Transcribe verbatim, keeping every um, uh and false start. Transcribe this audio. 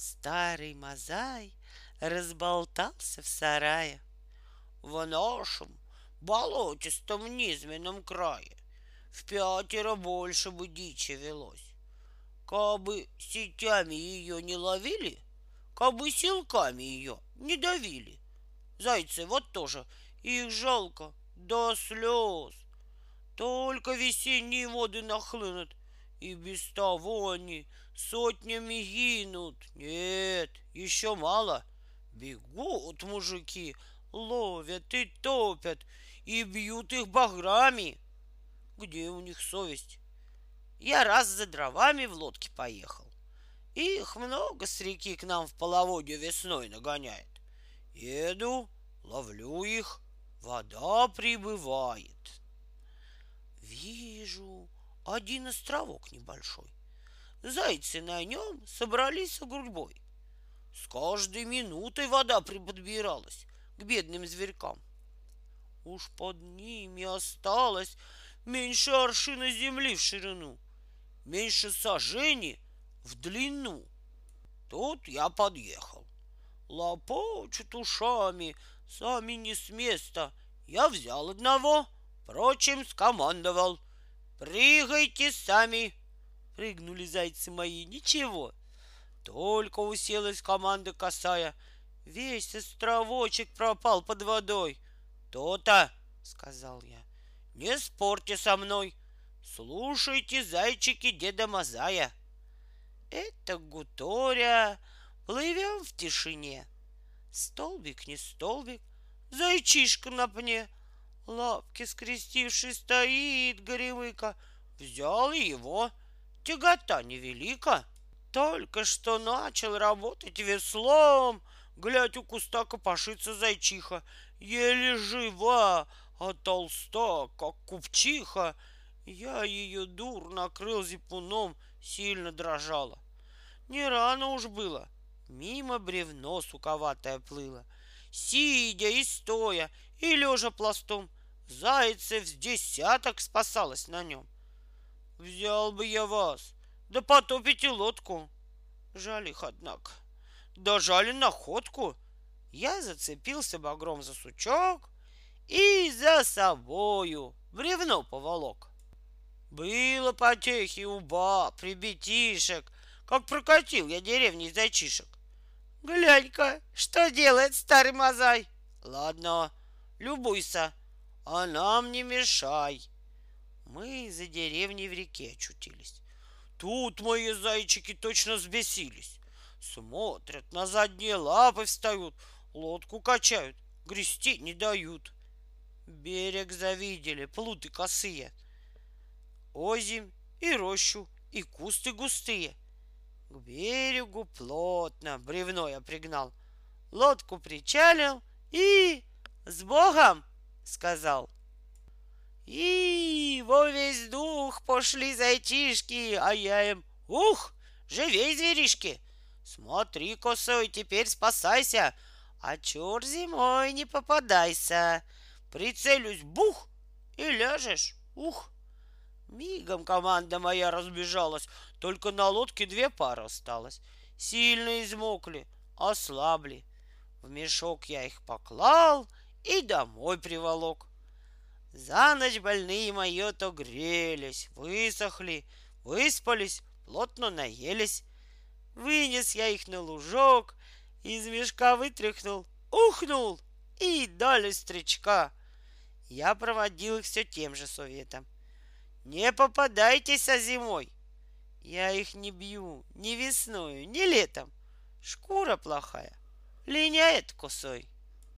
Старый мазай разболтался в сарае. В нашем болотистом низменном крае в пятеро больше бы дичи велось. Кабы сетями ее не ловили, кабы силками ее не давили. Зайцы вот тоже, их жалко до слез. Только весенние воды нахлынут, и без того они сотнями гинут. Нет, еще мало. Бегут мужики, ловят и топят, и бьют их баграми. Где у них совесть? Я раз за дровами в лодке поехал. Их много с реки к нам в половодье весной нагоняет. Еду, ловлю их, вода прибывает. Вижу один островок небольшой. Зайцы на нем собрались гурьбой. С каждой минутой вода приподбиралась к бедным зверькам. Уж под ними осталось меньше аршина земли в ширину, меньше сажени в длину. Тут я подъехал. Лопочут ушами, сами не с места. Я взял одного, прочим скомандовал: «Прыгайте сами!» Прыгнули зайцы мои, ничего. Только уселась команда косая, весь островочек пропал под водой. «То-то!» — сказал я. «Не спорьте со мной! Слушайте, зайчики, деда Мазая!» Это гуторя, плывем в тишине. Столбик не столбик, зайчишка на пне, лапки скрестивший стоит горемыка. Взял и его, тягота невелика. Только что начал работать веслом, глядь, у куста копошится зайчиха, еле жива, а толста, как купчиха. Я ее дур накрыл зипуном, сильно дрожала. Не рано уж было, мимо бревно суковатое плыло. Сидя и стоя, и лежа пластом, зайцев с десяток спасалось на нем. Взял бы я вас, да потопите лодку. Жаль их, однако. Да жаль и находку. Я зацепился багром за сучок и за собою бревно поволок. Было потехи у баб, ребятишек, как прокатил я деревни зайчишек. Глянь-ка, что делает старый мазай. Ладно, любуйся, а нам не мешай. Мы за деревней в реке очутились. Тут мои зайчики точно взбесились. Смотрят, на задние лапы встают, лодку качают, грести не дают. Берег завидели, плуты косые, озимь и рощу, и кусты густые. К берегу плотно бревно я пригнал, лодку причалил и с Богом сказал. И во весь дух пошли зайчишки, а я им: ух, живей, зверишки! Смотри, косой, теперь спасайся, а чур зимой не попадайся. Прицелюсь, бух, и ляжешь, ух. Мигом команда моя разбежалась, только на лодке две пары осталось. Сильно измокли, ослабли. В мешок я их поклал и домой приволок. За ночь больные мои то грелись, высохли, выспались, плотно наелись. Вынес я их на лужок, из мешка вытряхнул, ухнул и дали стричка. Я проводил их все тем же советом: не попадайтесь зимой. Я их не бью ни весною, ни летом. Шкура плохая, линяет косой.